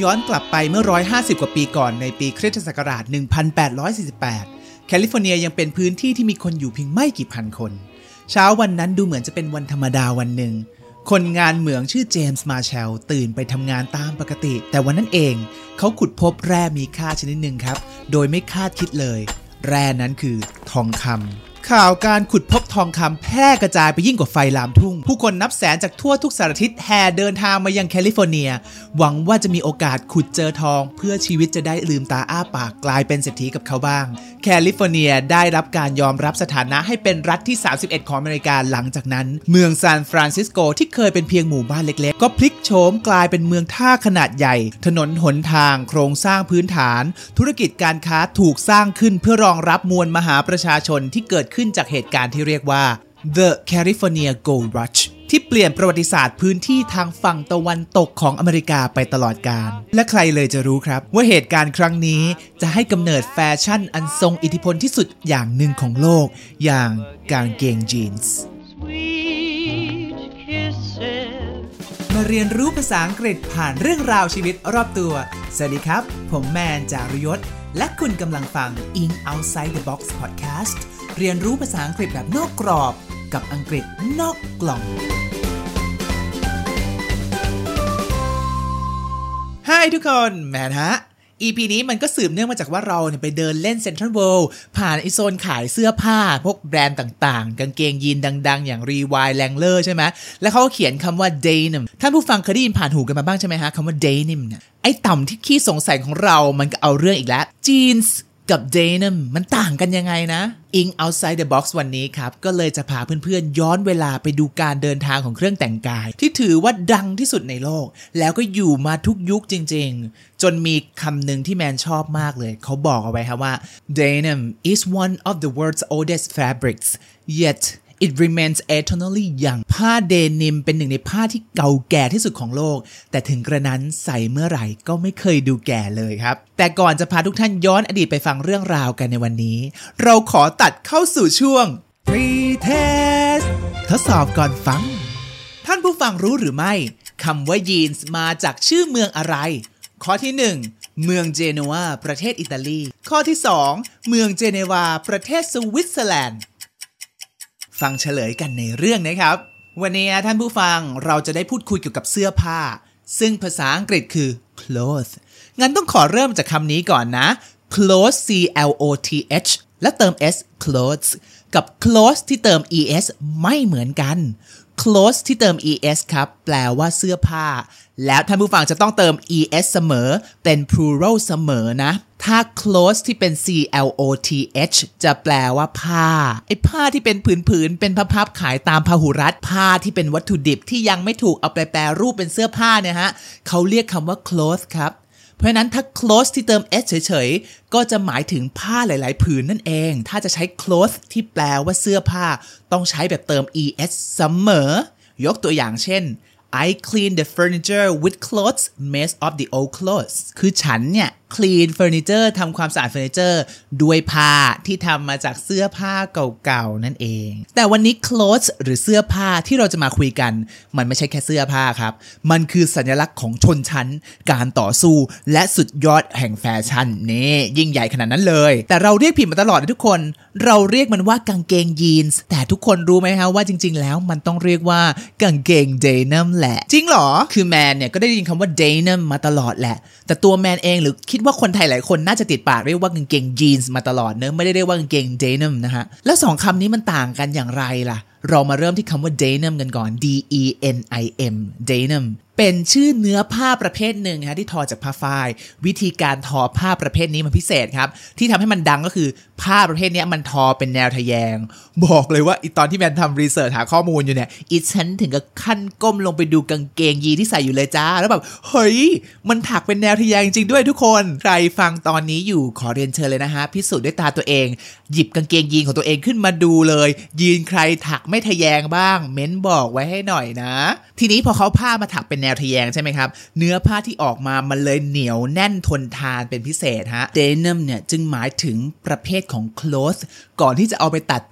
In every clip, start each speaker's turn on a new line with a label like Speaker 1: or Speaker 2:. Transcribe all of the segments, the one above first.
Speaker 1: ย้อนกลับไปเมื่อ150กว่าปีก่อนในปีคริสตศักราช1848แคลิฟอร์เนียยังเป็นพื้นที่ที่มีคนอยู่เพียงไม่กี่พันคนเช้าวันนั้นดูเหมือนจะเป็นวันธรรมดาวันหนึ่งคนงานเหมืองชื่อเจมส์มาร์แชลตื่นไปทำงานตามปกติแต่วันนั้นเองเขาขุดพบแร่มีค่าชนิดหนึ่งครับโดยไม่คาดคิดเลยแร่นั้นคือทองคำข่าวการขุดพบทองคำแพร่กระจายไปยิ่งกว่าไฟลามทุ่งผู้คนนับแสนจากทั่วทุกสารทิศแห่เดินทางมายังแคลิฟอร์เนียหวังว่าจะมีโอกาสขุดเจอทองเพื่อชีวิตจะได้ลืมตาอ้าปากกลายเป็นเศรษฐีกับเขาบ้างแคลิฟอร์เนียได้รับการยอมรับสถานะให้เป็นรัฐที่31ของอเมริกาหลังจากนั้นเมืองซานฟรานซิสโกที่เคยเป็นเพียงหมู่บ้านเล็กๆก็พลิกโฉมกลายเป็นเมืองท่าขนาดใหญ่ถนนหนทางโครงสร้างพื้นฐานธุรกิจการค้าถูกสร้างขึ้นเพื่อรองรับมวลมหาประชาชนที่เกิดขึ้นจากเหตุการณ์ที่เรียกว่า The California Gold Rush ที่เปลี่ยนประวัติศาสตร์พื้นที่ทางฝั่งตะวันตกของอเมริกาไปตลอดกาลและใครเลยจะรู้ครับว่าเหตุการณ์ครั้งนี้จะให้กำเนิดแฟชั่นอันทรงอิทธิพลที่สุดอย่างหนึ่งของโลกอย่างกางเกงยีนส์มาเรียนรู้ภาษาอังกฤษผ่านเรื่องราวชีวิตรอบตัวสวัสดีครับผมแมนจารุยศและคุณกำลังฟัง In Outside the Box Podcast เรียนรู้ภาษาอังกฤษแบบนอกกรอบกับอังกฤษนอกกล่อง Hi ทุกคนแมนฮะ EP นี้มันก็สืบเนื่องมาจากว่าเราไปเดินเล่นเซ็นทรัลเวิลด์ผ่านไอโซนขายเสื้อผ้าพวกแบรนด์ต่างๆกางเกงยีนดังๆอย่าง Reebok Wrangler ใช่ไหมแล้วเขาก็เขียนคำว่า denim ท่านผู้ฟังเคยได้ยินผ่านหูกันมาบ้างใช่ไหมฮะคำว่า denim เนี่ยไอ้ต่ำที่ขี้สงสัยของเรามันก็เอาเรื่องอีกแล้ว jeans กับ denim มันต่างกันยังไงนะ In Outside the Box วันนี้ครับก็เลยจะพาเพื่อนๆย้อนเวลาไปดูการเดินทางของเครื่องแต่งกายที่ถือว่าดังที่สุดในโลกแล้วก็อยู่มาทุกยุคจริงๆจนมีคำหนึ่งที่แมนชอบมากเลยเขาบอกเอาไว้ครับว่า Denim is one of the world's oldest fabrics yet it remains eternally young ผ้าเดนิมเป็นหนึ่งในผ้าที่เก่าแก่ที่สุดของโลกแต่ถึงกระนั้นใส่เมื่อไหร่ก็ไม่เคยดูแก่เลยครับแต่ก่อนจะพาทุกท่านย้อนอดีตไปฟังเรื่องราวกันในวันนี้เราขอตัดเข้าสู่ช่วง Pre-test ทดสอบก่อนฟังท่านผู้ฟังรู้หรือไม่คำว่ายีนส์มาจากชื่อเมืองอะไรข้อที่1เมืองเจนัวประเทศอิตาลีข้อที่2เมืองเจเนวาประเทศสวิตเซอร์แลนด์ฟังเฉลยกันในเรื่องนะครับวันนี้ท่านผู้ฟังเราจะได้พูดคุยเกี่ยวกับเสื้อผ้าซึ่งภาษาอังกฤษคือ clothes งั้นต้องขอเริ่มจากคำนี้ก่อนนะ clothes C L O T H และเติม S clothes กับ clothes ที่เติม ES ไม่เหมือนกัน clothes ที่เติม ES ครับแปลว่าเสื้อผ้าแล้วท่านผู้ฟังจะต้องเติม ES เสมอเป็น plural เสมอนะถ้า clothes ที่เป็น CLOTH จะแปลว่าผ้าไอ้ผ้าที่เป็นผืนๆเป็นพับๆขายตามพหุรัฐผ้าที่เป็นวัตถุดิบที่ยังไม่ถูกเอาไปแปรรูปเป็นเสื้อผ้าเนี่ยฮะเขาเรียกคำว่า clothes ครับเพราะฉะนั้นถ้า clothes ที่เติม s เฉยๆก็จะหมายถึงผ้าหลายๆผืนนั่นเองถ้าจะใช้ clothes ที่แปลว่าเสื้อผ้าต้องใช้แบบเติม es เสมอยกตัวอย่างเช่นI clean the furniture with cloths made of the old clothes คือฉันเนี่ย clean furniture ทำความสะอาดเฟอร์นิเจอร์ด้วยผ้าที่ทำมาจากเสื้อผ้าเก่าๆนั่นเองแต่วันนี้ clothes หรือเสื้อผ้าที่เราจะมาคุยกันมันไม่ใช่แค่เสื้อผ้าครับมันคือสัญลักษณ์ของชนชั้นการต่อสู้และสุดยอดแห่งแฟชั่นนี่ยิ่งใหญ่ขนาดนั้นเลยแต่เราเรียกผิดมาตลอดนะทุกคนเราเรียกมันว่ากางเกงยีนส์แต่ทุกคนรู้ไหมฮะว่าจริงๆแล้วมันต้องเรียกว่ากางเกงเดนิมแหละจริงเหรอคือแมนเนี่ยก็ได้ยินคำว่าเดนิมมาตลอดแหละแต่ตัวแมนเองหรือคิดว่าคนไทยหลายคนน่าจะติดปากเรียกว่ากางเกงยีนส์มาตลอดเนอะไม่ได้เรียกว่ากางเกงเดนิมนะฮะแล้วสองคำนี้มันต่างกันอย่างไรล่ะเรามาเริ่มที่คำว่า denim กันก่อน D-E-N-I-M denim เป็นชื่อเนื้อผ้าประเภทหนึ่งที่ทอจากผ้าฝ้ายวิธีการทอผ้าประเภทนี้มันพิเศษครับที่ทำให้มันดังก็คือผ้าประเภทนี้มันทอเป็นแนวทะแยงบอกเลยว่าตอนที่แมนทำรีเสิร์ชหาข้อมูลอยู่เนี่ยฉันถึงกับขั้นก้มลงไปดูกางเกงยีนที่ใส่อยู่เลยจ้าแล้วแบบเฮ้ยมันถักเป็นแนวทะแยงจริงด้วยทุกคนใครฟังตอนนี้อยู่ขอเรียนเชิญเลยนะฮะพิสูจน์ด้วยตาตัวเองหยิบกางเกงยีนของตัวเองขึ้นมาดูเลยยีนใครถักไม่ทะแยงบ้างเม้นบอกไว้ให้หน่อยนะทีนี้พอเขาผ้ามาถักเป็นแนวทะแยงใช่ไหมครับเนื้อผ้าที่ออกมามันเลยเหนียวแน่นทนทานเป็นพิเศษฮะ denim เนี่ยจึงหมายถึงประเภทของ cloth ก่อนที่จะเอาไปตัดเป็น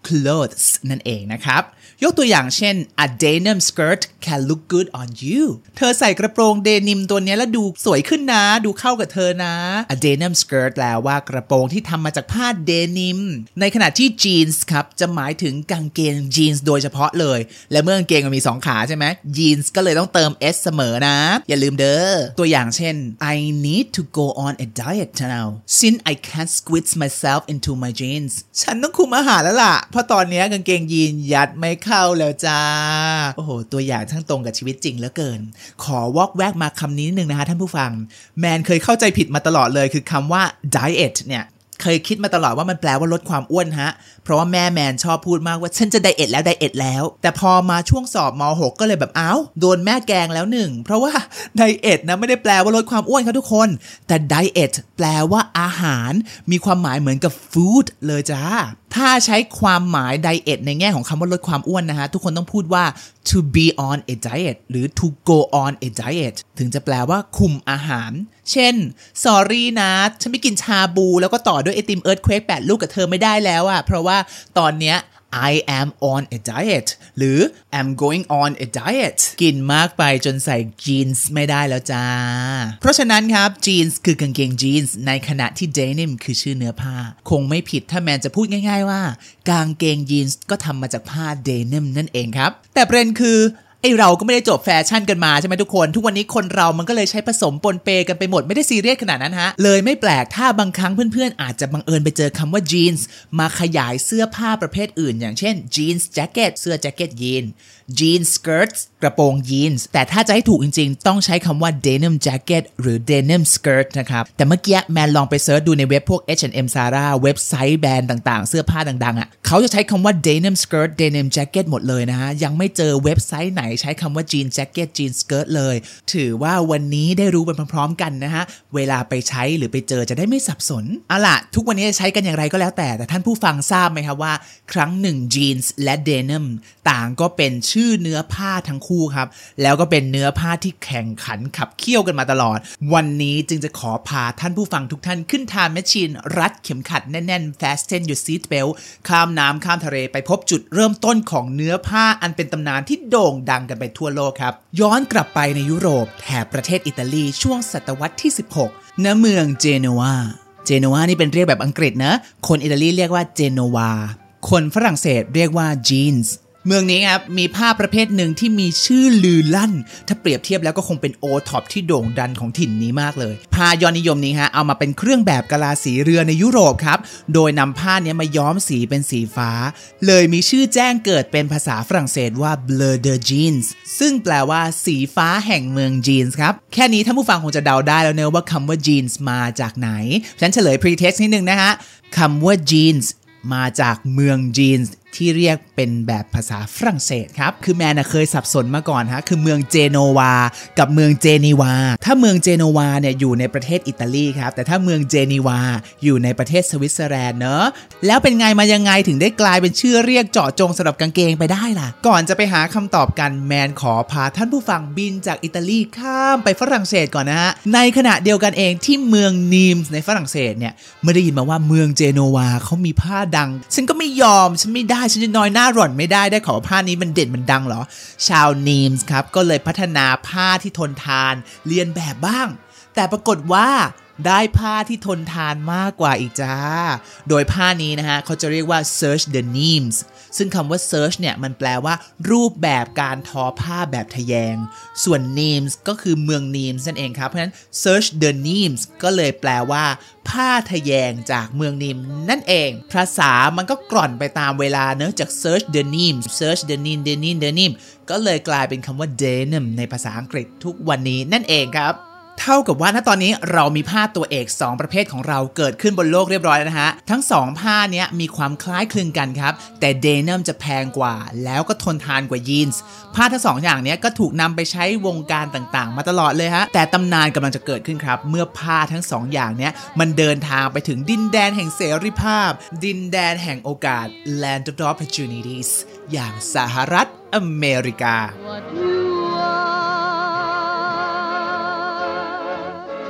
Speaker 1: clothes นั่นเองนะครับยกตัวอย่างเช่น a denim skirt can look good on you เธอใส่กระโปรงเดนิมตัวนี้แล้วดูสวยขึ้นนะดูเข้ากับเธอนะ a denim skirt แปลว่ากระโปรงที่ทำมาจากผ้าเดนิมในขณะที่ jeans ครับจะหมายถึงกางเกง jeans โดยเฉพาะเลยและเมื่อกางเกงมันมี2ขาใช่ไหม jeans ก็เลยต้องเติม s เสมอนะอย่าลืมเด้อตัวอย่างเช่น I need to go on a diet now since I can't squeeze myself into my jeans ฉันต้องคุมอาหารแล้วล่ะเพราะตอนนี้กางเกงยีนยัดไม่เข้าแล้วจ้าโอ้โหตัวอย่างทั้งตรงกับชีวิตจริงเหลือเกินขอวอกแวกมาคำนี้นิดนึงนะคะท่านผู้ฟังแมนเคยเข้าใจผิดมาตลอดเลยคือคำว่า diet เนี่ยเคยคิดมาตลอดว่ามันแปลว่าลดความอ้วนฮะเพราะว่าแม่แมนชอบพูดมากว่าฉันจะไดเอทแล้วแต่พอมาช่วงสอบม.6 ก็เลยแบบโดนแม่แกงแล้วหนึ่งเพราะว่าไดเอทนะไม่ได้แปลว่าลดความอ้วนครับทุกคนแต่ไดเอทแปลว่าอาหารมีความหมายเหมือนกับ food เลยจ้าถ้าใช้ความหมายไดเอทในแง่ของคำว่าลดความอ้วนนะฮะทุกคนต้องพูดว่า to be on a diet หรือ to go on a diet ถึงจะแปลว่าคุมอาหารเช่น sorry นะฉันไม่กินชาบูแล้วก็ต่อด้วยไอติม Earthquake 8 ลูกกับเธอไม่ได้แล้วอะเพราะว่าตอนเนี้ยI am on a diet หรือ I'm going on a diet กินมากไปจนใส่จีนส์ไม่ได้แล้วจ้าเพราะฉะนั้นครับจีนส์คือกางเกงจีนส์ในขณะที่ denim คือชื่อเนื้อผ้าคงไม่ผิดถ้าแมนจะพูดง่ายๆว่ากางเกงจีนส์ก็ทำมาจากผ้า denim นั่นเองครับแต่ประเด็นคือเราก็ไม่ได้จบแฟชั่นกันมาใช่ไหมทุกคนทุกวันนี้คนเรามันก็เลยใช้ผสมปนเปกันไปหมดไม่ได้ซีเรียสขนาดนั้นฮะเลยไม่แปลกถ้าบางครั้งเพื่อนๆอาจจะบังเอิญไปเจอคำว่าจีนส์มาขยายเสื้อผ้าประเภทอื่นอย่างเช่นจีนส์แจ็คเก็ตเสื้อแจ็คเก็ตยีนจีนส์สเกิร์ตกระโปรงยีนส์แต่ถ้าจะให้ถูกจริงๆต้องใช้คำว่า denim jacket หรือ denim skirt นะครับแต่เมื่อกี้แมนลองไปเซิร์ชดูในเว็บพวก H&M Zara เว็บไซต์แบรนด์ต่างๆเสื้อผ้าดังๆอ่ะเขาจะใช้คำว่า denim skirt denim jacket หมดเลยนะฮะยังไม่เจอเว็บไซต์ไหนใช้คำว่า jean jacket jean skirt เลยถือว่าวันนี้ได้รู้ไปพร้อมๆกันนะฮะเวลาไปใช้หรือไปเจอจะได้ไม่สับสนเอาล่ะทุกวันนี้จะใช้กันอย่างไรก็แล้วแต่ท่านผู้ฟังทราบไหมครับว่าครั้งหนึ่ง jeans และ denim ต่างก็เป็นชื่อเนื้อผ้าทั้งคู่ครับแล้วก็เป็นเนื้อผ้าที่แข่งขันขับเคี่ยวกันมาตลอดวันนี้จึงจะขอพาท่านผู้ฟังทุกท่านขึ้นtime machineรัดเข็มขัดแน่นๆ fasten your seat belt ข้ามน้ำข้ามทะเลไปพบจุดเริ่มต้นของเนื้อผ้าอันเป็นตำนานที่โด่งดังกันไปทั่วโลกครับย้อนกลับไปในยุโรปแถบประเทศอิตาลีช่วงศตวรรษที่16ณเมืองเจนัวนี่เป็นเรียกแบบอังกฤษนะคนอิตาลีเรียกว่าเจโนวาคนฝรั่งเศสเรียกว่าจีนส์เมืองนี้ครับมีผ้าประเภทหนึ่งที่มีชื่อลือลั่นถ้าเปรียบเทียบแล้วก็คงเป็นโอท็อปที่โด่งดังของถิ่นนี้มากเลยผ้ายอดนิยมนี้ฮะเอามาเป็นเครื่องแบบกะลาสีเรือในยุโรปครับโดยนำผ้านี้มาย้อมสีเป็นสีฟ้าเลยมีชื่อแจ้งเกิดเป็นภาษาฝรั่งเศสว่า Bleu de Jeans ซึ่งแปลว่าสีฟ้าแห่งเมืองจีนส์ครับแค่นี้ท่านผู้ฟังคงจะเดาได้แล้วเนอะว่าคำว่า jeans มาจากไหนฉันเฉลย pre-text นิดนึงนะฮะคำว่า jeans มาจากเมืองจีนส์ที่เรียกเป็นแบบภาษาฝรั่งเศสครับคือแมนเคยสับสนมาก่อนฮะคือเมืองเจโนวากับเมืองเจนีวาถ้าเมืองเจโนวาเนี่ยอยู่ในประเทศอิตาลีครับแต่ถ้าเมืองเจนีวาอยู่ในประเทศสวิตเซอร์แลนด์เนอะแล้วเป็นไงมายังไงถึงได้กลายเป็นชื่อเรียกเจาะจงสำหรับกางเกงไปได้ล่ะก่อนจะไปหาคำตอบกันแมนขอพาท่านผู้ฟังบินจากอิตาลีข้ามไปฝรั่งเศสก่อนนะฮะในขณะเดียวกันเองที่เมืองนีมส์ในฝรั่งเศสเนี่ยเมื่อได้ยินมาว่าเมืองเจโนวาเขามีผ้าดังฉันก็ไม่ยอมฉันไม่ได้ฉันจะน้อยหน้าหล่อนไม่ได้ขอผ้านี้มันเด่นมันดังเหรอชาวนีมส์ครับก็เลยพัฒนาผ้าที่ทนทานเรียนแบบบ้างแต่ปรากฏว่าได้ผ้าที่ทนทานมากกว่าอีกจ้าโดยผ้านี้นะฮะเขาจะเรียกว่า serge de Nîmes ซึ่งคำว่า serge เนี่ยมันแปลว่ารูปแบบการทอผ้าแบบทะแยงส่วน Nîmes ก็คือเมืองนีมส์นั่นเองครับเพราะฉะนั้น serge de Nîmes ก็เลยแปลว่าผ้าทะแยงจากเมืองนีมนั่นเองภาษามันก็กร่อนไปตามเวลาเนอะจาก serge de Nîmes serge de Nîmes ก็เลยกลายเป็นคำว่า denim ในภาษาอังกฤษทุกวันนี้นั่นเองครับเท่ากับว่าณตอนนี้เรามีผ้าตัวเอก2ประเภทของเราเกิดขึ้นบนโลกเรียบร้อยแล้วนะฮะทั้ง2ผ้านี้มีความคล้ายคลึงกันครับแต่เดนิมจะแพงกว่าแล้วก็ทนทานกว่ายีนส์ผ้าทั้ง2อย่างนี้ก็ถูกนำไปใช้วงการต่างๆมาตลอดเลยฮะแต่ตำนานกำลังจะเกิดขึ้นครับเมื่อผ้าทั้ง2อย่างนี้มันเดินทางไปถึงดินแดนแห่งเสรีภาพดินแดนแห่งโอกาส Land of Opportunities อย่างสหรัฐอเมริกาพ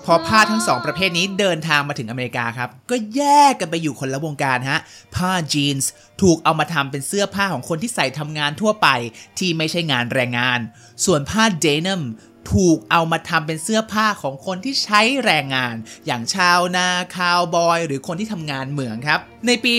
Speaker 1: พอผ้าทั้ง2ประเภทนี้เดินทางมาถึงอเมริกาครับก็แยกกันไปอยู่คนละวงการฮะผ้าจีนส์ถูกเอามาทำเป็นเสื้อผ้าของคนที่ใส่ทำงานทั่วไปที่ไม่ใช่งานแรงงานส่วนผ้าเดนิมถูกเอามาทำเป็นเสื้อผ้าของคนที่ใช้แรงงานอย่างชาวนาคาวบอยหรือคนที่ทำงานเหมืองครับในปี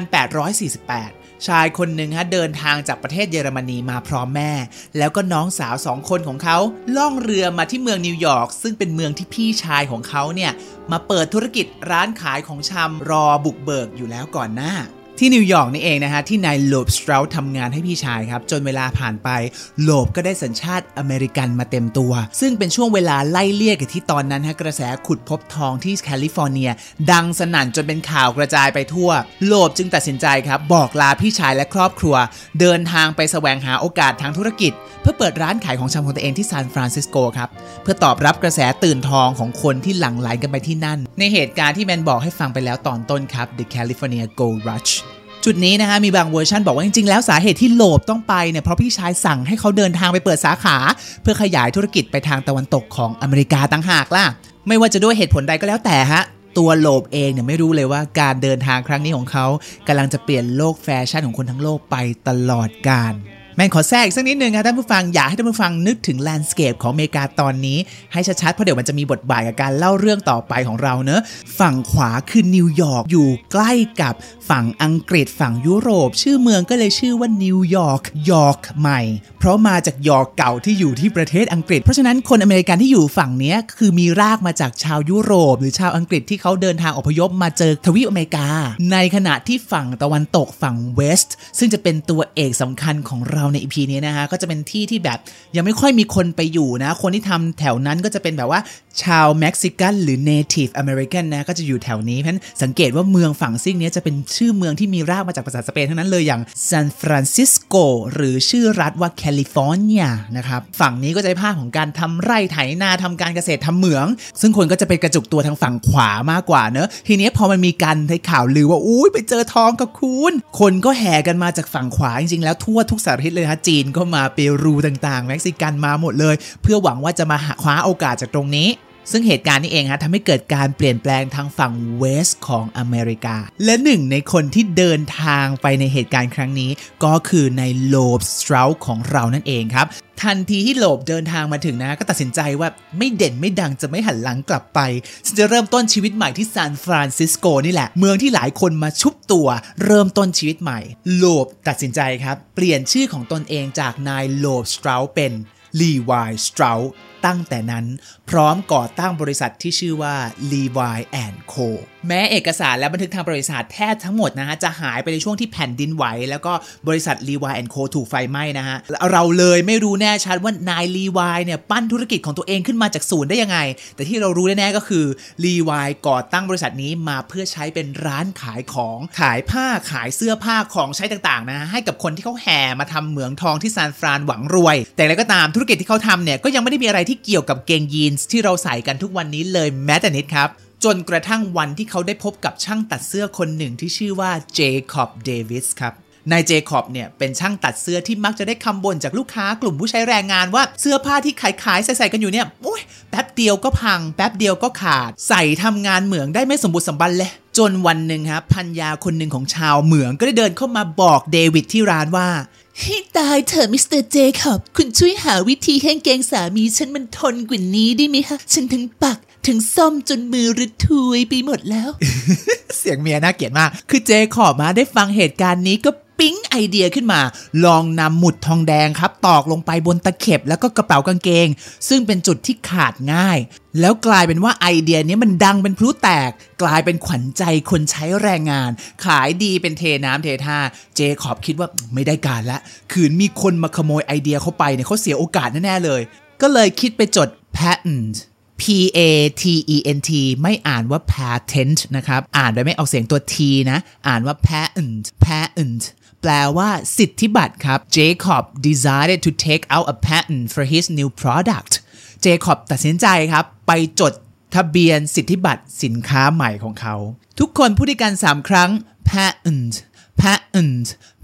Speaker 1: 1848 ชายคนหนึ่งเดินทางจากประเทศเยอรมนีมาพร้อมแม่แล้วก็น้องสาว2คนของเขาล่องเรือมาที่เมืองนิวยอร์กซึ่งเป็นเมืองที่พี่ชายของเขาเนี่ยมาเปิดธุรกิจร้านขายของชำรอบุกเบิกอยู่แล้วก่อนหน้าที่นิวยอร์กนี่เองนะฮะที่นายโลบสตราวทำงานให้พี่ชายครับจนเวลาผ่านไปโลบก็ได้สัญชาติอเมริกันมาเต็มตัวซึ่งเป็นช่วงเวลาไล่เลี่ยกับที่ตอนนั้นกระแสขุดพบทองที่แคลิฟอร์เนียดังสนั่นจนเป็นข่าวกระจายไปทั่วโลบจึงตัดสินใจครับบอกลาพี่ชายและครอบครัวเดินทางไปแสวงหาโอกาสทางธุรกิจเพื่อเปิดร้านขายของชำของตัวเองที่ซานฟรานซิสโกครับเพื่อตอบรับกระแสตื่นทองของคนที่หลั่งไหลกันไปที่นั่นในเหตุการณ์ที่แมนบอกให้ฟังไปแล้วตอนต้นครับ The California Gold Rushจุดนี้นะฮะมีบางเวอร์ชันบอกว่าจริงๆแล้วสาเหตุที่โลบต้องไปเนี่ยเพราะพี่ชายสั่งให้เขาเดินทางไปเปิดสาขาเพื่อขยายธุรกิจไปทางตะวันตกของอเมริกาต่างหากล่ะไม่ว่าจะด้วยเหตุผลใดก็แล้วแต่ฮะตัวโลบเองเนี่ยไม่รู้เลยว่าการเดินทางครั้งนี้ของเขากำลังจะเปลี่ยนโลกแฟชั่นของคนทั้งโลกไปตลอดกาลแม่ขอแทรกอีกสักนิดนึงครับท่านผู้ฟังอยากให้ท่านผู้ฟังนึกถึงแลนด์สเคปของอเมริกาตอนนี้ให้ชัดๆเพราะเดี๋ยวมันจะมีบทบาทกับการเล่าเรื่องต่อไปของเราเนอะฝั่งขวาคือนิวยอร์กอยู่ใกล้กับฝั่งอังกฤษฝั่งยุโรปชื่อเมืองก็เลยชื่อว่านิวยอร์กยอร์กใหม่เพราะมาจากยอร์กเก่าที่อยู่ที่ประเทศอังกฤษเพราะฉะนั้นคนอเมริกันที่อยู่ฝั่งนี้คือมีรากมาจากชาวยุโรปหรือชาวอังกฤษที่เขาเดินทางอพยพมาเจอทวีปอเมริกาในขณะที่ฝั่งตะวันตกฝั่งเวสต์ซึ่งจะเป็นตัวเอกสำคัญของเราใน EP นี้นะฮะก็จะเป็นที่ที่แบบยังไม่ค่อยมีคนไปอยู่นะคนที่ทำแถวนั้นก็จะเป็นแบบว่าชาวเม็กซิกันหรือ Native American นะก็จะอยู่แถวนี้เพราะฉะนั้นสังเกตว่าเมืองฝั่งซิ่งนี้จะเป็นชื่อเมืองที่มีรากมาจากภาษาสเปนทั้งนั้นเลยอย่างซานฟรานซิสโกหรือชื่อรัฐว่าแคลิฟอร์เนียนะครับฝั่งนี้ก็จะเป็นภาพของการทำไร่ไถนาทำการเกษตรทำเหมืองซึ่งคนก็จะไปกระจุกตัวทางฝั่งขวามากกว่าเนอะทีนี้พอมันมีการให้ข่าวลือว่าอุ้ยไปเจอทองกับคุณคนก็แห่กันมาจากฝั่งขวาจริงๆแล้วทั่วทุกสารทิศเลยนะจีนก็มาเปรูต่างๆเม็กซิกันมาหมดเลยเพื่อหวังว่าจะมาคว้าโอกาสจากตรงนี้ซึ่งเหตุการณ์นี้เองทำให้เกิดการเปลี่ยนแปลงทางฝั่งเวสต์ของอเมริกาและหนึ่งในคนที่เดินทางไปในเหตุการณ์ครั้งนี้ก็คือในโลบสตราวของเรานั่นเองครับทันทีที่โลบเดินทางมาถึงนะก็ตัดสินใจว่าไม่เด่นไม่ดังจะไม่หันหลังกลับไปจะเริ่มต้นชีวิตใหม่ที่ซานฟรานซิสโกนี่แหละเมืองที่หลายคนมาชุบตัวเริ่มต้นชีวิตใหม่โลบตัดสินใจครับเปลี่ยนชื่อของตนเองจากนายโลบสตราวเป็นLevi Strauss ตั้งแต่นั้นพร้อมก่อตั้งบริษัทที่ชื่อว่า Levi & Co แม้เอกสารและบันทึกทางบริษัทแทบทั้งหมดนะฮะจะหายไปในช่วงที่แผ่นดินไหวแล้วก็บริษัท Levi & Co ถูกไฟไหม้นะฮะเราเลยไม่รู้แน่ชัดว่านาย Levi เนี่ยปั้นธุรกิจของตัวเองขึ้นมาจากศูนย์ได้ยังไงแต่ที่เรารู้แน่ๆก็คือ Levi ก่อตั้งบริษัทนี้มาเพื่อใช้เป็นร้านขายของขายผ้าขายเสื้อผ้าของใช้ต่างๆนะให้กับคนที่เขาแห่มาทำเหมืองทองที่ซานฟรานหวังรวยแต่อะไรก็ตามธุรกิจที่เขาทำเนี่ยก็ยังไม่ได้มีอะไรที่เกี่ยวกับเกงยีนส์ที่เราใส่กันทุกวันนี้เลยแม้แต่นิดครับจนกระทั่งวันที่เขาได้พบกับช่างตัดเสื้อคนหนึ่งที่ชื่อว่าเจคอบเดวิสครับนายเจคอบเนี่ยเป็นช่างตัดเสื้อที่มักจะได้คำบ่นจากลูกค้ากลุ่มผู้ใช้แรงงานว่าเสื้อผ้าที่ขายใส่กันอยู่เนี่ยโอ้ยแป๊บเดียวก็พังแป๊บเดียวก็ขาดใส่ทำงานเหมืองได้ไม่สมบูรณ์สมบันเลยจนวันหนึ่งครับพันยาคนหนึ่งของชาวเหมืองก็ได้เดินเข้ามาบอกเดวิดที่ร้านว่าให้ตายเถอะมิสเตอร์เจคอบคุณช่วยหาวิธีให้กางเกงสามีฉันมันทนกว่านี้ได้ไหมคะฉันทั้งปักถึงซ่อมจนมือระทวยไปหมดแล้ว เสียงเมียน่าเกลียดมากคือเจคอบมาได้ฟังเหตุการณ์นี้ก็ปิ๊งไอเดียขึ้นมาลองนำหมุดทองแดงครับตอกลงไปบนตะเข็บแล้วก็กระเป๋ากางเกงซึ่งเป็นจุดที่ขาดง่ายแล้วกลายเป็นว่าไอเดียนี้มันดังเป็นพลุแตกกลายเป็นขวัญใจคนใช้แรงงานขายดีเป็นเทน้ำเทท่าเจคอบคิดว่าไม่ได้การละคืนมีคนมาขโมยไอเดียเขาไปเนี่ยเขาเสียโอกาสแน่ๆเลยก็เลยคิดไปจด patent P-A-T-E-N-T ไม่อ่านว่า patent นะครับอ่านโดยไม่เอาเสียงตัว T นะอ่านว่า patent แปลว่าสิทธิบัตรครับ Jacob decided to take out a patent for his new product Jacob ตัดสินใจครับไปจดทะเบียนสิทธิบัตรสินค้าใหม่ของเขาทุกคนพูดด้วยกัน3ครั้ง patent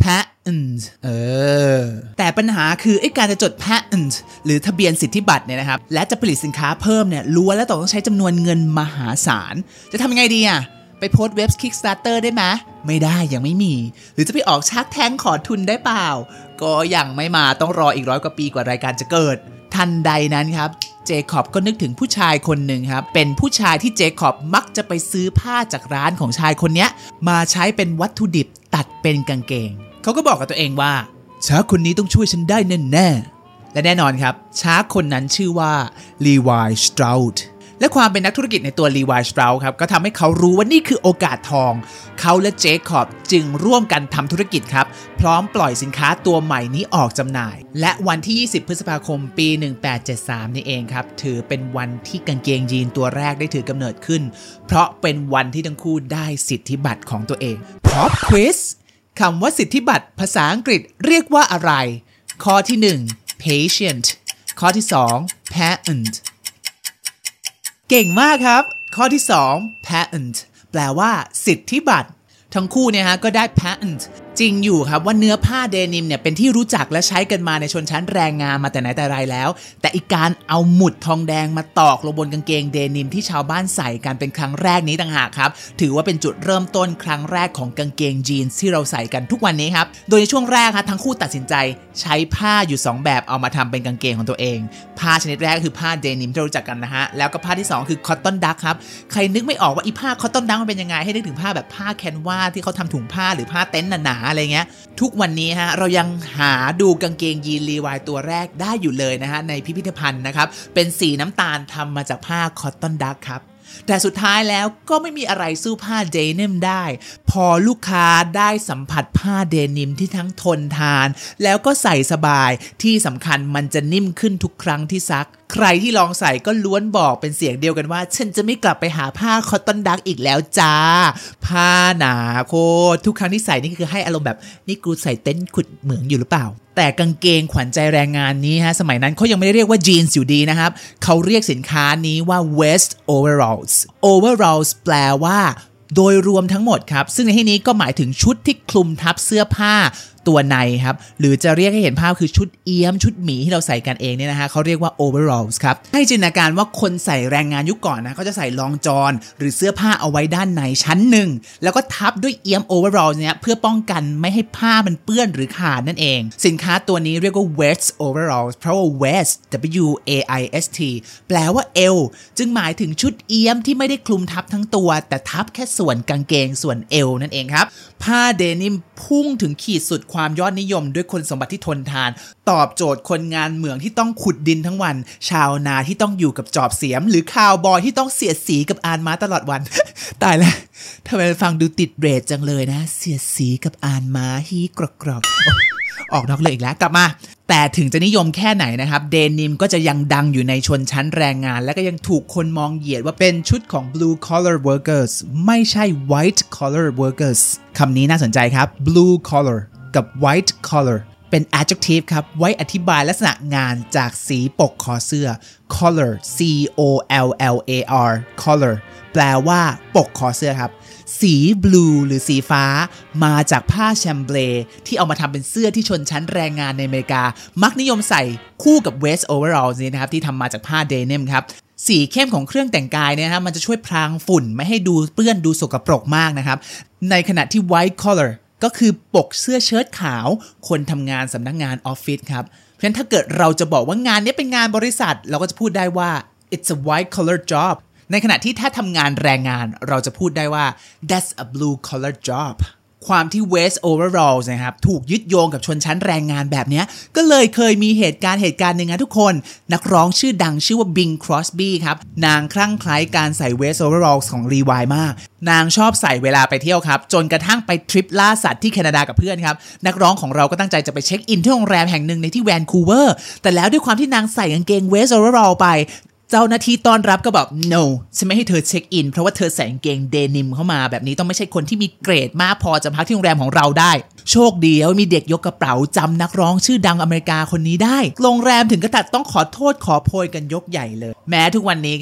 Speaker 1: patent แต่ปัญหาคือไอ้การจะจด patent หรือทะเบียนสิทธิบัตรเนี่ยนะครับและจะผลิตสินค้าเพิ่มเนี่ยล้วนแล้วต้องใช้จำนวนเงินมหาศาลจะทำยังไงดีอ่ะไปโพสต์เว็บ Kickstarter ได้ไหมไม่ได้ยังไม่มีหรือจะไปออกชาร์กแทงขอทุนได้เปล่าก็ยังไม่มาต้องรออีก100 กว่าปีกว่ารายการจะเกิดทันใดนั้นครับเจคอบก็นึกถึงผู้ชายคนหนึ่งครับเป็นผู้ชายที่เจคอบมักจะไปซื้อผ้าจากร้านของชายคนนี้มาใช้เป็นวัตถุดิบตัดเป็นกางเกงเขาก็บอกกับตัวเองว่าชาร์กคนนี้ต้องช่วยฉันได้แน่ๆและแน่นอนครับชาร์กคนนั้นชื่อว่าลีวายสตราดและความเป็นนักธุรกิจในตัวลีวายสตราดครับก็ทำให้เขารู้ว่านี่คือโอกาสทองเขาและเจคอบจึงร่วมกันทำธุรกิจครับพร้อมปล่อยสินค้าตัวใหม่นี้ออกจำหน่ายและวันที่20 พฤษภาคมปี 1873 นี่เองครับถือเป็นวันที่กางเกงยีนตัวแรกได้ถือกำเนิดขึ้นเพราะเป็นวันที่ทั้งคู่ได้สิทธิบัตรของตัวเอง Pop Quiz คำว่าสิทธิบัตรภาษาอังกฤษเรียกว่าอะไรข้อที่ 1 patient ข้อที่ 2 patentเก่งมากครับข้อที่ 2 patent แปลว่าสิทธิบัตรทั้งคู่เนี่ยฮะก็ได้ patent จริงอยู่ครับว่าเนื้อผ้าเดนิมเนี่ยเป็นที่รู้จักและใช้กันมาในชนชั้นแรงงานมาแต่ไหนแต่ไรแล้วแต่อีกการเอาหมุดทองแดงมาตอกลงบนกางเกงเดนิมที่ชาวบ้านใส่กันเป็นครั้งแรกนี้ต่างหากครับถือว่าเป็นจุดเริ่มต้นครั้งแรกของกางเกงยีนส์ที่เราใส่กันทุกวันนี้ครับโดยในช่วงแรกครับทั้งคู่ตัดสินใจใช้ผ้าอยู่2แบบเอามาทำเป็นกางเกงของตัวเองผ้าชนิดแรกคือผ้าเดนิมที่เรารู้จักกันนะฮะแล้วก็ผ้าที่2คือคอตตอนดักครับใครนึกไม่ออกว่าอีผ้าคอตตอนดักมันเป็นยังไงให้นึกถึงผ้าแบบผ้าแคนวาสที่เขาทำถุงผ้าหรือผ้าเต็นท์หนาๆอะไรเงี้ยทุกวันนี้ฮะเรายังหาดูกางเกงยีนลีวายตัวแรกได้อยู่เลยนะฮะในพิพิธภัณฑ์นะครับเป็นสีน้ำตาลทำมาจากผ้าคอตตอนดักครับแต่สุดท้ายแล้วก็ไม่มีอะไรสู้ผ้าเดนิมได้พอลูกค้าได้สัมผัสผ้าเดนิมที่ทั้งทนทานแล้วก็ใส่สบายที่สำคัญมันจะนิ่มขึ้นทุกครั้งที่ซักใครที่ลองใส่ก็ล้วนบอกเป็นเสียงเดียวกันว่าฉันจะไม่กลับไปหาผ้าคอตตอนดักอีกแล้วจ้าผ้าหนาโคตรทุกครั้งที่ใส่นี่คือให้อารมณ์แบบนี่กูใส่เต็นท์ขุดเหมืองอยู่หรือเปล่าแต่กางเกงขวัญใจแรงงานนี้ฮะสมัยนั้นเขายังไม่ได้เรียกว่าจีนส์อยู่ดีนะครับเขาเรียกสินค้านี้ว่า Vest Overalls Overalls แปลว่าโดยรวมทั้งหมดครับซึ่งในที่นี้ก็หมายถึงชุดที่คลุมทับเสื้อผ้าตัวในครับหรือจะเรียกให้เห็นภาพคือชุดเอี้ยมชุดหมีที่เราใส่กันเองเนี่ยนะฮะเขาเรียกว่า overalls ครับให้จินตนาการว่าคนใส่แรงงานยุคก่อนนะเขาจะใส่รองจอนหรือเสื้อผ้าเอาไว้ด้านในชั้นหนึ่งแล้วก็ทับด้วยเอี้ยม overalls เนี่ยเพื่อป้องกันไม่ให้ผ้ามันเปื้อนหรือขาดนั่นเองสินค้าตัวนี้เรียกว่า Vest Overalls เพราะว่า Vest W A I S T แปลว่าเอวจึงหมายถึงชุดเอี้ยมที่ไม่ได้คลุมทับทั้งตัวแต่ทับแค่ส่วนกางเกงส่วนเอวนั่นเองครับผ้าเดนิมพุ่งถึงขีดสุดความยอดนิยมด้วยคุณสมบัติที่ทนทานตอบโจทย์คนงานเหมืองที่ต้องขุดดินทั้งวันชาวนาที่ต้องอยู่กับจอบเสียมหรือคาวบอยที่ต้องเสียดสีกับอานม้าตลอดวัน ตายแล้วทำไมฟังดูติดเรทจังเลยนะเสียดสีกับอานม้าฮีกรอกออกนอกเลยอีกแล้วกลับมาแต่ถึงจะนิยมแค่ไหนนะครับเดนิมก็จะยังดังอยู่ในชนชั้นแรงงานและก็ยังถูกคนมองเหยียดว่าเป็นชุดของ blue collar workers ไม่ใช่ white collar workers คำนี้น่าสนใจครับ blue collar กับ white collar เป็น adjective ครับไว้อธิบายลักษณะงานจากสีปกคอเสื้อ collar C O L L A R collar แปลว่าปกคอเสื้อครับสีบลูหรือสีฟ้ามาจากผ้าแชมเบรที่เอามาทำเป็นเสื้อที่ชนชั้นแรงงานในอเมริกามักนิยมใส่คู่กับ Vest Overalls นี่นะครับที่ทำมาจากผ้าเดนิมครับสีเข้มของเครื่องแต่งกายเนี่ยนะมันจะช่วยพรางฝุ่นไม่ให้ดูเปื้อนดูสกปรกมากนะครับในขณะที่ White Collar ก็คือปกเสื้อเชิ้ตขาวคนทำงานสำนักงานออฟฟิศครับเพราะฉะนั้นถ้าเกิดเราจะบอกว่างานนี้เป็นงานบริษัทเราก็จะพูดได้ว่า it's a white collar jobในขณะที่ถ้าทำงานแรงงานเราจะพูดได้ว่า that's a blue collar job ความที่ Vest Overalls นะครับถูกยึดโยงกับชนชั้นแรงงานแบบนี้ก็เลยเคยมีเหตุการณ์หนึ่งนะทุกคนนักร้องชื่อดังชื่อว่า Bing Crosby ครับนางคลั่งไคล้การใส่ Vest Overalls ของ Levi มากนางชอบใส่เวลาไปเที่ยวครับจนกระทั่งไปทริปล่าสัตว์ที่แคนาดากับเพื่อนครับนักร้องของเราก็ตั้งใจจะไปเช็คอินที่โรงแรมแห่งหนึ่งในที่แวนคูเวอร์แต่แล้วด้วยความที่นางใส่กางเกง Vest Overalls ไปเจ้าหน้าที่ต้อนรับก็บอก no ฉันไม่ให้เธอเช็คอินเพราะว่าเธอใส่กางเกงเดนิมเข้ามาแบบนี้ต้องไม่ใช่คนที่มีเกรดมากพอจะพักที่โรงแรมของเราได้โชคดีว่ามีเด็กยกกระเป๋าจำนักร้องชื่อดังอเมริกาคนนี้ได้โรงแรมถึงกระตัดต้องขอโทษขอโพยกันยกใหญ่เลยแม้ทุกวันนี้ครับ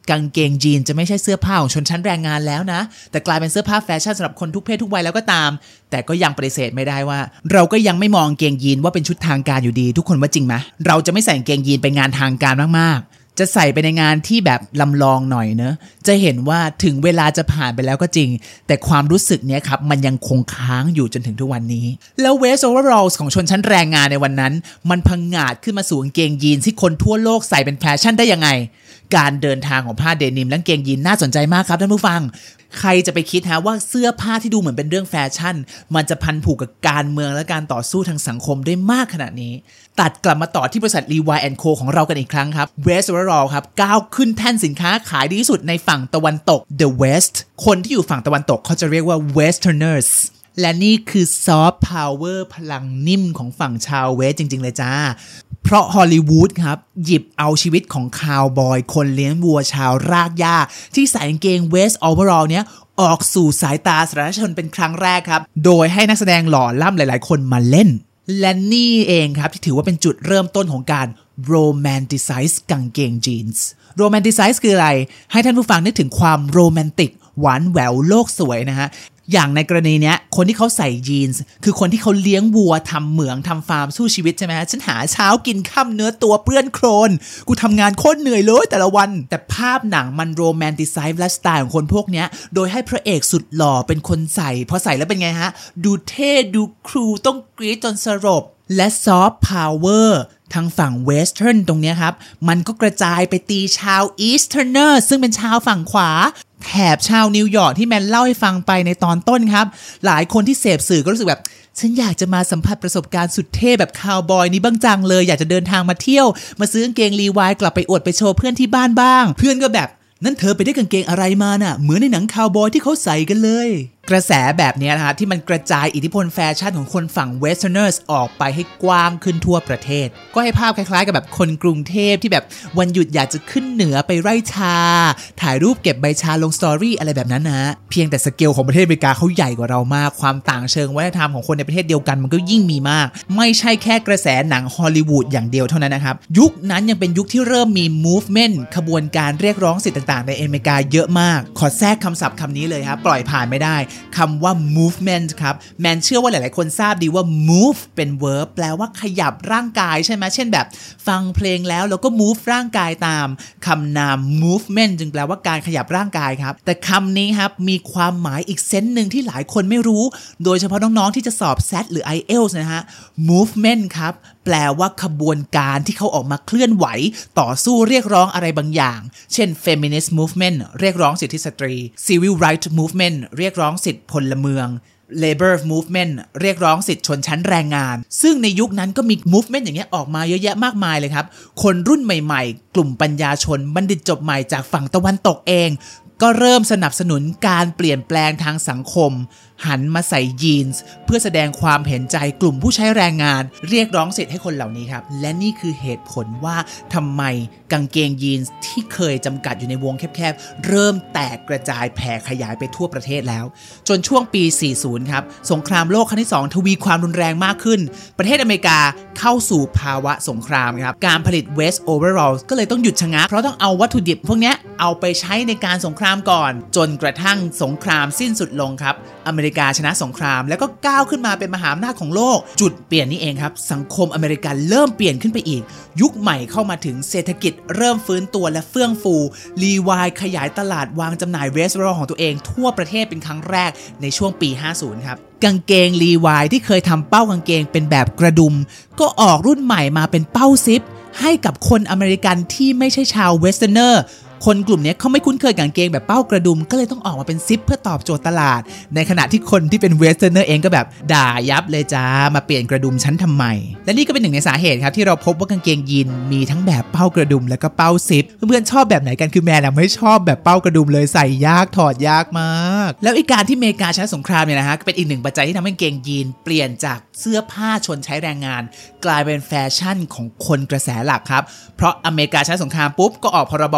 Speaker 1: กางเกงยีนจะไม่ใช่เสื้อผ้าของชนชั้นแรงงานแล้วนะแต่กลายเป็นเสื้อผ้าแฟชั่นสำหรับคนทุกเพศทุกวัยแล้วก็ตามแต่ก็ยังปฏิเสธไม่ได้ว่าเราก็ยังไม่มองกางเกงยีนว่าเป็นชุดทางการอยู่ดีทุกคนว่าจริงไหมเราจะไม่ใส่กางเกงยีนไปงานทางการมากๆจะใส่ไปในงานที่แบบลำลองหน่อยเนอะจะเห็นว่าถึงเวลาจะผ่านไปแล้วก็จริงแต่ความรู้สึกเนี้ยครับมันยังคงค้างอยู่จนถึงทุกวันนี้แล้วเวสต์โอเวอร์ออลของชนชั้นแรงงานในวันนั้นมันพังงาดขึ้นมาสู่กางเกงยีนที่คนทั่วโลกใส่เป็นแฟชั่นได้ยังไงการเดินทางของผ้าเดนิมและกางเกงยีนน่าสนใจมากครับท่านผู้ฟังใครจะไปคิดว่าเสื้อผ้าที่ดูเหมือนเป็นเรื่องแฟชั่นมันจะพันผูกกับการเมืองและการต่อสู้ทางสังคมได้มากขนาดนี้ตัดกลับมาต่อที่บริษัท Levi & Co ของเรากันอีกครั้งครับ West Overall ครับก้าวขึ้นแท่นสินค้าขายดีที่สุดในฝั่งตะวันตก The West คนที่อยู่ฝั่งตะวันตกเขาจะเรียกว่า Westerners และนี่คือซอฟต์พาวเวอร์พลังนิ่มของฝั่งชาวเวสจริงๆเลยจ้าเพราะฮอลลีวูดครับหยิบเอาชีวิตของคาวบอยคนเลี้ยงวัวชาวรากหญ้าที่ใส่กางเกง West Overall เนี้ยออกสู่สายตาสาธารณชนเป็นครั้งแรกครับโดยให้นักแสดงหล่อล่ำหลายๆคนมาเล่นและนี่เองครับที่ถือว่าเป็นจุดเริ่มต้นของการ romanticize กางเกงจีนส์ romanticize คืออะไรให้ท่านผู้ฟังนึกถึงความโรแมนติกหวานแหววโลกสวยนะฮะอย่างในกรณีเนี้ยคนที่เขาใส่ยีนส์คือคนที่เขาเลี้ยงวัวทำเหมืองทำฟาร์มสู้ชีวิตใช่ไหมฮะฉันหาเช้ากินค่ำเนื้อตัวเปื้อนโคลนกูทำงานโคตรเหนื่อยเลยแต่ละวันแต่ภาพหนังมันโรแมนติไซซ์ไลฟ์สไตล์ของคนพวกเนี้ยโดยให้พระเอกสุดหล่อเป็นคนใส่พอใส่แล้วเป็นไงฮะดูเท่ดูครูต้องกรี๊ดจนสลบและซอฟต์พาวเวอร์ทางฝั่งเวสเทิร์นตรงนี้ครับมันก็กระจายไปตีชาวอีสเทิร์นเนอร์ซึ่งเป็นชาวฝั่งขวาแถบชาวนิวยอร์กที่แมนเล่าให้ฟังไปในตอนต้นครับหลายคนที่เสพสื่อก็รู้สึกแบบฉันอยากจะมาสัมผัสประสบการณ์สุดเท่แบบคาวบอยนี้บ้างจังเลยอยากจะเดินทางมาเที่ยวมาซื้อกางเกงลีวายกลับไปอวดไปโชว์เพื่อนที่บ้านบ้างเพื่อนก็แบบนั่นเธอไปได้กางเกงอะไรมาน่ะเหมือนในหนังคาวบอยที่เขาใส่กันเลยกระแสแบบนี้นะครับที่มันกระจายอิทธิพลแฟชั่นของคนฝั่ง Westerners ออกไปให้กว้างขึ้นทั่วประเทศก็ให้ภาพคล้ายๆกับแบบคนกรุงเทพที่แบบวันหยุดอยากจะขึ้นเหนือไปไร่ชาถ่ายรูปเก็บใบชาลงสตอรี่อะไรแบบนั้นนะเพียงแต่สเกลของประเทศอเมริกาเขาใหญ่กว่าเรามากความต่างเชิงวัฒนธรรมของคนในประเทศเดียวกันมันก็ยิ่งมีมากไม่ใช่แค่กระแสหนังฮอลลีวูดอย่างเดียวเท่านั้นนะครับยุคนั้นยังเป็นยุคที่เริ่มมี movement ขบวนการเรียกร้องสิทธิต่างๆในอเมริกาเยอะมากขอแทรกคำศัพท์คำนี้เลยครับปล่อยผ่านไม่ได้คำว่าmovement ครับแมนเชื่อว่าหลายๆคนทราบดีว่า move เป็น verb แปลว่าขยับร่างกายใช่ไหมเช่นแบบฟังเพลงแล้วก็ move ร่างกายตามคำนาม movement จึงแปลว่าการขยับร่างกายครับแต่คำนี้ครับมีความหมายอีกเซนส์หนึ่งที่หลายคนไม่รู้โดยเฉพาะน้องๆที่จะสอบ SAT หรือ IELTS นะฮะ movement ครับแปลว่าขบวนการที่เขาออกมาเคลื่อนไหวต่อสู้เรียกร้องอะไรบางอย่างเช่น feminist movement เรียกร้องสิทธิสตรี civil rights movement เรียกร้องสิทธิพลเมือง labor movement เรียกร้องสิทธิชนชั้นแรงงานซึ่งในยุคนั้นก็มี movement อย่างเงี้ยออกมาเยอะแยะมากมายเลยครับคนรุ่นใหม่ๆกลุ่มปัญญาชนบัณฑิตจบใหม่จากฝั่งตะวันตกเองก็เริ่มสนับสนุนการเปลี่ยนแปลงทางสังคมหันมาใส่ยีนส์เพื่อแสดงความเห็นใจกลุ่มผู้ใช้แรงงานเรียกร้องสิทธิ์ให้คนเหล่านี้ครับและนี่คือเหตุผลว่าทำไมกางเกงยีนส์ที่เคยจำกัดอยู่ในวงแคบๆเริ่มแตกกระจายแผ่ขยายไปทั่วประเทศแล้วจนช่วงปี 40 ครับสงครามโลกครั้งที่ 2 ทวีความรุนแรงมากขึ้นประเทศอเมริกาเข้าสู่ภาวะสงครามครับการผลิต West Overall ก็เลยต้องหยุดชะงักเพราะต้องเอาวัตถุดิบพวกนี้เอาไปใช้ในการสงครามก่อนจนกระทั่งสงครามสิ้นสุดลงครับอเมริกาชนะสงครามแล้วก็ก้าวขึ้นมาเป็นมหาอำนาจของโลกจุดเปลี่ยนนี้เองครับสังคมอเมริกันเริ่มเปลี่ยนขึ้นไปอีกยุคใหม่เข้ามาถึงเศรษฐกิจเริ่มฟื้นตัวและเฟื่องฟูรีวายขยายตลาดวางจำหน่ายเวสต์โอเวอร์ของตัวเองทั่วประเทศเป็นครั้งแรกในช่วงปี 50 ครับกางเกงรีวายที่เคยทำเป้ากางเกงเป็นแบบกระดุมก็ออกรุ่นใหม่มาเป็นเป้าซิปให้กับคนอเมริกันที่ไม่ใช่ชาวเวสเทิร์นเนอร์คนกลุ่มนี้เขาไม่คุ้นเคยกับกางเกงแบบเป้ากระดุมก็เลยต้องออกมาเป็นซิปเพื่อตอบโจทย์ตลาดในขณะที่คนที่เป็นเวสเทิร์นเนอร์เองก็แบบด่ายับเลยจ้ามาเปลี่ยนกระดุมชั้นทำไมและนี่ก็เป็นหนึ่งในสาเหตุครับที่เราพบว่ากางเกงยีนมีทั้งแบบเป้ากระดุมและก็เป้าซิปเพื่อนๆชอบแบบไหนกันคือแม่ไม่ชอบแบบเป้ากระดุมเลยใส่ยากถอดยากมากแล้วอีกการที่อเมริกาชนะสงครามเนี่ยนะฮะก็เป็นอีกหนึ่งปัจจัยที่ทำให้กางเกงยีนเปลี่ยนจากเสื้อผ้าชนใช้แรงงานกลายเป็นแฟชั่นของคนกระแสหลักครับเพราะอเมริกาชนะสงครามปุ๊บก็ออกพรบให้เงิน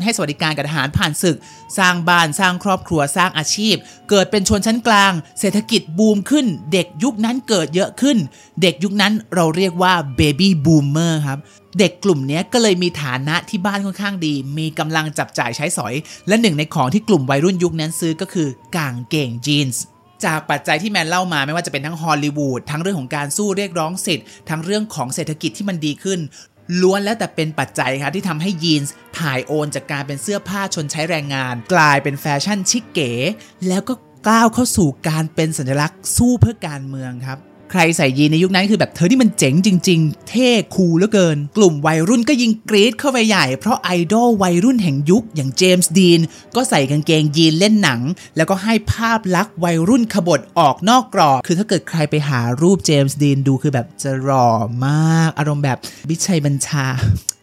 Speaker 1: ให้สวัสดิการกับทหารผ่านศึกสร้างบ้านสร้างครอบครัวสร้างอาชีพเกิดเป็นชนชั้นกลางเศรษฐกิจบูมขึ้นเด็กยุคนั้นเกิดเยอะขึ้นเด็กยุคนั้นเราเรียกว่าเบบี้บูมเมอร์ครับเด็กกลุ่มนี้ก็เลยมีฐานะที่บ้านค่อนข้างดีมีกำลังจับจ่ายใช้สอยและหนึ่งในของที่กลุ่มวัยรุ่นยุคนั้นซื้อก็คือกางเกงยีนส์จากปัจจัยที่แมนเล่ามาไม่ว่าจะเป็นทั้งฮอลลีวูดทั้งเรื่องของการสู้เรียกร้องสิทธิ์ทั้งเรื่องของเศรษฐกิจที่มันดีขึ้นล้วนแล้วแต่เป็นปัจจัยครับที่ทำให้ยีนส์ถ่ายโอนจากการเป็นเสื้อผ้าชนใช้แรงงานกลายเป็นแฟชั่นชิคเก๋แล้วก็ก้าวเข้าสู่การเป็นสัญลักษณ์สู้เพื่อการเมืองครับใครใส่ยีนในยุคนั้นคือแบบเธอที่มันเจ๋งจริงๆเท่คูลเหลือเกินกลุ่มวัยรุ่นก็ยิ่งกรี๊ดเข้าไปใหญ่เพราะไอดอลวัยรุ่นแห่งยุคอย่างเจมส์ดีนก็ใส่กางเกงยีนเล่นหนังแล้วก็ให้ภาพลักษณ์วัยรุ่นขบถออกนอกกรอบคือถ้าเกิดใครไปหารูปเจมส์ดีนดูคือแบบจะหล่อมากอารมณ์แบบวิชัยบัญชา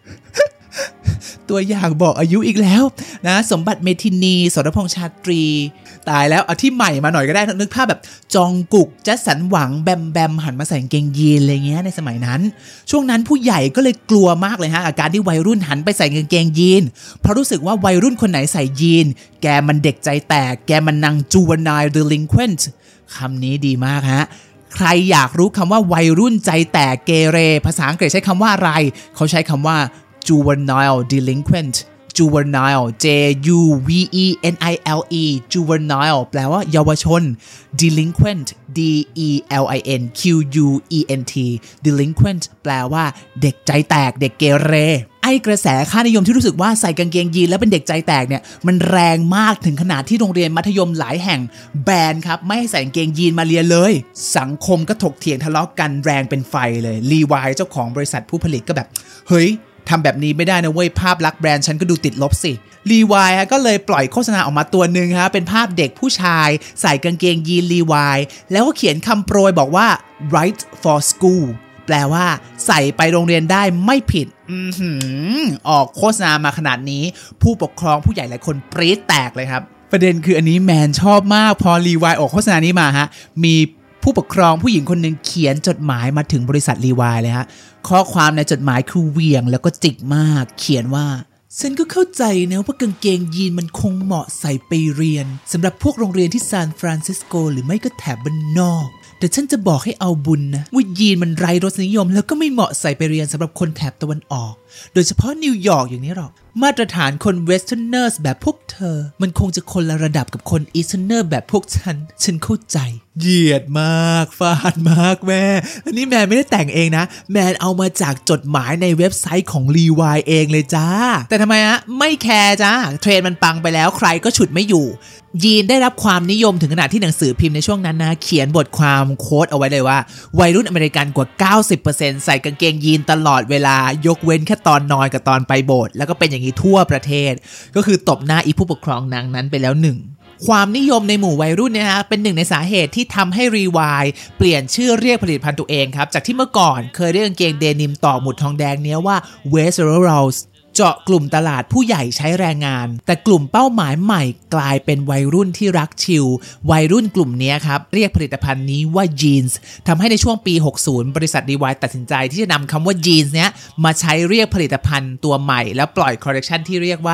Speaker 1: ตัวอย่างบอกอายุอีกแล้วนะสมบัติเมทินีสรพงษ์ชาตรีตายแล้วเอาที่ใหม่มาหน่อยก็ได้นึกภาพแบบจองกุกจัสสันหวังแบมแบมหันมาใส่กางเกงยีนอะไรเงี้ยในสมัยนั้นช่วงนั้นผู้ใหญ่ก็เลยกลัวมากเลยฮะอาการที่วัยรุ่นหันไปใส่กางเกงยีนเพราะรู้สึกว่าวัยรุ่นคนไหนใส่ยีนแกมันเด็กใจแตกแกมันนาง juvenile delinquent คำนี้ดีมากฮะใครอยากรู้คำว่าวัยรุ่นใจแตกเกเรภาษาอังกฤษใช้คำว่าอะไรเขาใช้คำว่าjuvenile delinquent juvenile J U V E N I L E juvenile แปลว่าเยาวชน delinquent D E L I N Q U E N T delinquent แปลว่าเด็กใจแตกเด็กเกเรไอ้กระแสค่านิยมที่รู้สึกว่าใส่กางเกงยีนแล้วเป็นเด็กใจแตกเนี่ยมันแรงมากถึงขนาดที่โรงเรียนมัธยมหลายแห่งแบนครับไม่ให้ใส่กางเกงยีนมาเรียนเลยสังคมก็ถกเถียงทะเลาะกันแรงเป็นไฟเลยรีวายเจ้าของบริษัทผู้ผลิตก็แบบเฮ้ยทำแบบนี้ไม่ได้นะเว้ยภาพลักษณ์แบรนด์ฉันก็ดูติดลบสิรีวายก็เลยปล่อยโฆษณาออกมาตัวหนึ่งฮะเป็นภาพเด็กผู้ชายใส่กางเกงยีนรีวายแล้วก็เขียนคำโปรยบอกว่า right for school แปลว่าใส่ไปโรงเรียนได้ไม่ผิดออกโฆษณามาขนาดนี้ผู้ปกครองผู้ใหญ่หลายคนปรี๊ดแตกเลยครับประเด็นคืออันนี้แมนชอบมากพอรีวายออกโฆษณานี้มาฮะมีผู้ปกครองผู้หญิงคนหนึ่งเขียนจดหมายมาถึงบริษัทรีวายเลยฮะข้อความในจดหมายคือเหวี่ยงแล้วก็จิกมากเขียนว่าฉันก็เข้าใจนะว่ากางเกงยีนมันคงเหมาะใส่ไปเรียนสำหรับพวกโรงเรียนที่ซานฟรานซิสโกหรือไม่ก็แถบบ้านนอกแต่ฉันจะบอกให้เอาบุญนะว่ายีนมันไร้รสนิยมแล้วก็ไม่เหมาะใส่ไปเรียนสำหรับคนแถบตะวันออกโดยเฉพาะนิวยอร์กอย่างนี้หรอกมาตรฐานคนเวสเทิร์นเนอร์สแบบพวกเธอมันคงจะคนละระดับกับคนอีสเทิร์นเนอร์แบบพวกฉันเข้าใจเหยียดมากฟาดมากแม่อันนี้แมนไม่ได้แต่งเองนะแมนเอามาจากจดหมายในเว็บไซต์ของรีวายเองเลยจ้าแต่ทำไมไม่แคร์จ้าเทรนด์มันปังไปแล้วใครก็ฉุดไม่อยู่ยีนได้รับความนิยมถึงขนาดที่หนังสือพิมพ์ในช่วงนั้นนะเขียนบทความโค้ดเอาไว้เลยว่าวัยรุ่นอเมริกันกว่า 90% ใส่กางเกงยีนตลอดเวลายกเว้นแค่ตอนนอนกับตอนไปโบสถ์แล้วก็เป็นอย่างนี้ทั่วประเทศก็คือตบหน้าอีผู้ปกครองนางนั้นไปแล้วหนึ่งความนิยมในหมู่วัยรุ่นเนี่ยนะเป็นหนึ่งในสาเหตุที่ทำให้รีวายเปลี่ยนชื่อเรียกผลิตภัณฑ์ตัวเองครับจากที่เมื่อก่อนเคยเรียกกางเกงเดนิมต่อหมุดทองแดงเนี้ยว่า Westerosเจาะกลุ่มตลาดผู้ใหญ่ใช้แรงงานแต่กลุ่มเป้าหมายใหม่กลายเป็นวัยรุ่นที่รักชิลวัยรุ่นกลุ่มนี้ครับเรียกผลิตภัณฑ์นี้ว่าจีนส์ทำให้ในช่วงปี 60 บริษัทรีวายตัดสินใจที่จะนำคำว่าจีนส์เนี้ยมาใช้เรียกผลิตภัณฑ์ตัวใหม่แล้วปล่อยคอลเลคชันที่เรียกว่า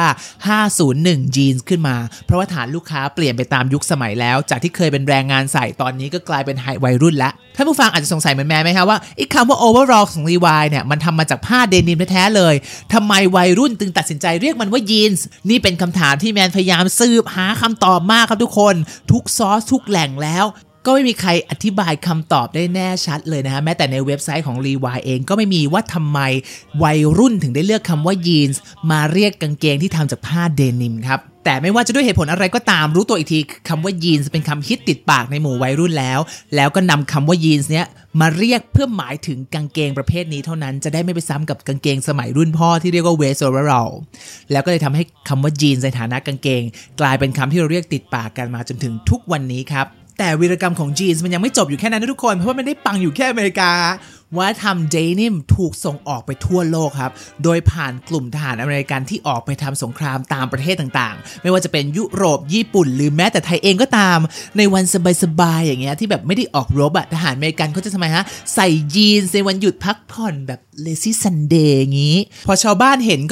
Speaker 1: 501 จีนส์ขึ้นมาเพราะว่าฐานลูกค้าเปลี่ยนไปตามยุคสมัยแล้วจากที่เคยเป็นแรงงานใส่ตอนนี้ก็กลายเป็นวัยรุ่นละท่านผู้ฟังอาจจะสงสัยเหมือนแม่ไหมครับว่าไอ้คำว่า overall ของรีวายเนี่ยมันทำมาจากผ้าเดนิมแท้ๆเลยทำไมวัยรุ่นจึงตัดสินใจเรียกมันว่ายีนส์นี่เป็นคำถามที่แมนพยายามสืบหาคำตอบมากครับทุกคนทุกซอสทุกแหล่งแล้วก็ไม่มีใครอธิบายคำตอบได้แน่ชัดเลยนะฮะแม้แต่ในเว็บไซต์ของรีวายเองก็ไม่มีว่าทำไมวัยรุ่นถึงได้เลือกคำว่ายีนส์มาเรียกกางเกงที่ทำจากผ้าเดนิมครับแต่ไม่ว่าจะด้วยเหตุผลอะไรก็ตามรู้ตัวอีกทีคำว่ายีนส์เป็นคำฮิตติดปากในหมู่วัยรุ่นแล้วก็นำคำว่ายีนส์เนี้ยมาเรียกเพื่อหมายถึงกางเกงประเภทนี้เท่านั้นจะได้ไม่ไปซ้ำกับกางเกงสมัยรุ่นพ่อที่เรียกว่าเวสโอเวอร์อลแล้วก็เลยทำให้คำว่ายีนส์ในฐานะกางเกงกลายเป็นคำที่เราเรียกติดปากกันมาจนถึงทุกวันนี้ครับแต่วีรกรรมของจีนส์มันยังไม่จบอยู่แค่นั้นนะทุกคนเพราะว่ามันได้ปังอยู่แค่อเมริกาว่าทำเดนิมถูกส่งออกไปทั่วโลกครับโดยผ่านกลุ่มทหารอเมริกันที่ออกไปทำสงครามตามประเทศต่างๆไม่ว่าจะเป็นยุโรปญี่ปุ่นหรือแม้แต่ไทยเองก็ตามในวันสบายๆอย่างเงี้ยที่แบบไม่ได้ออกรบอะทหารอเมริกันเขาจะทำไมฮะใส่ยีนส์ในวันหยุดพักผ่อนแบบ lazy Sunday อย่างงี้พอชาวบ้านเห็นก็แบบ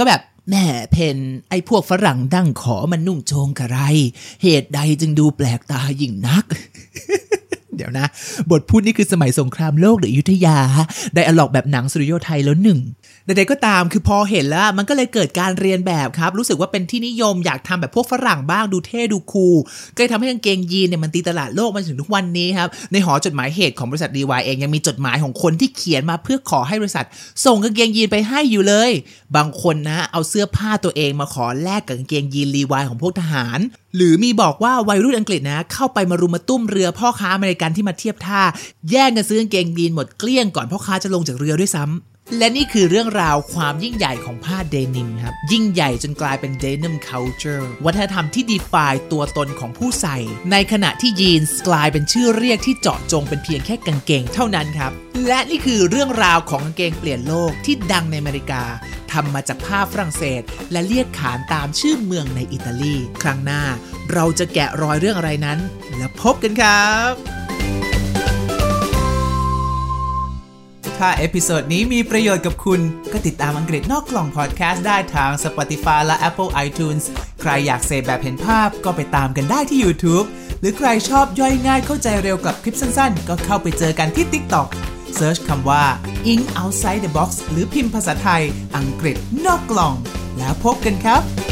Speaker 1: แม่เพนไอ้พวกฝรั่งดั้งขอมันนุ่งโจงกระไรเหตุใดจึงดูแปลกตายิ่งนัก เดี๋ยวนะบทพูดนี่คือสมัยสงครามโลกหรืออยุธยาไดอะล็อกแบบหนังสุริโยไทยแล้วหนึ่งใดๆก็ตามคือพอเห็นแล้วมันก็เลยเกิดการเรียนแบบครับรู้สึกว่าเป็นที่นิยมอยากทำแบบพวกฝรั่งบ้างดูเท่ดูคูลก็เลยทำให้กางเกงยีนเนี่ยมันตีตลาดโลกมาถึงทุกวันนี้ครับในหอจดหมายเหตุของบริษัท Levi เองยังมีจดหมายของคนที่เขียนมาเพื่อขอให้บริษัทส่งกางเกงยีนไปให้อยู่เลยบางคนนะเอาเสื้อผ้าตัวเองมาขอแลกกับกางเกงยีน Levi ของพวกทหารหรือมีบอกว่าวัยรุ่นอังกฤษนะเข้าไปมารุมมาตุ้มเรือพ่อค้าอเมริกันที่มาเทียบท่าแย่งกันซื้อกางเกงยีนหมดเกลี้ยงก่อนพ่อค้าจะลงจากเรือด้วยซ้ำและนี่คือเรื่องราวความยิ่งใหญ่ของผ้าเดนิมครับยิ่งใหญ่จนกลายเป็น Denim Culture วัฒนธรรมที่ define ตัวตนของผู้ใส่ในขณะที่ยีนส์กลายเป็นชื่อเรียกที่เจาะจงเป็นเพียงแค่กางเกงเท่านั้นครับและนี่คือเรื่องราวของกางเกงเปลี่ยนโลกที่ดังในอเมริกาทำมาจากผ้าฝรั่งเศสและเรียกขานตามชื่อเมืองในอิตาลีครั้งหน้าเราจะแกะรอยเรื่องอะไรนั้นแล้วพบกันครับถ้าเอพิโซดนี้มีประโยชน์กับคุณก็ติดตามอังกฤษนอกกล่องพอดแคสต์ได้ทาง Spotify และ Apple iTunes ใครอยากเสพแบบเห็นภาพก็ไปตามกันได้ที่ YouTube หรือใครชอบย่อยง่ายเข้าใจเร็วกับคลิปสั้นๆก็เข้าไปเจอกันที่ TikTok เซิร์ชคำว่า Ink Outside the Box หรือพิมพ์ภาษาไทยอังกฤษนอกกล่องแล้วพบกันครับ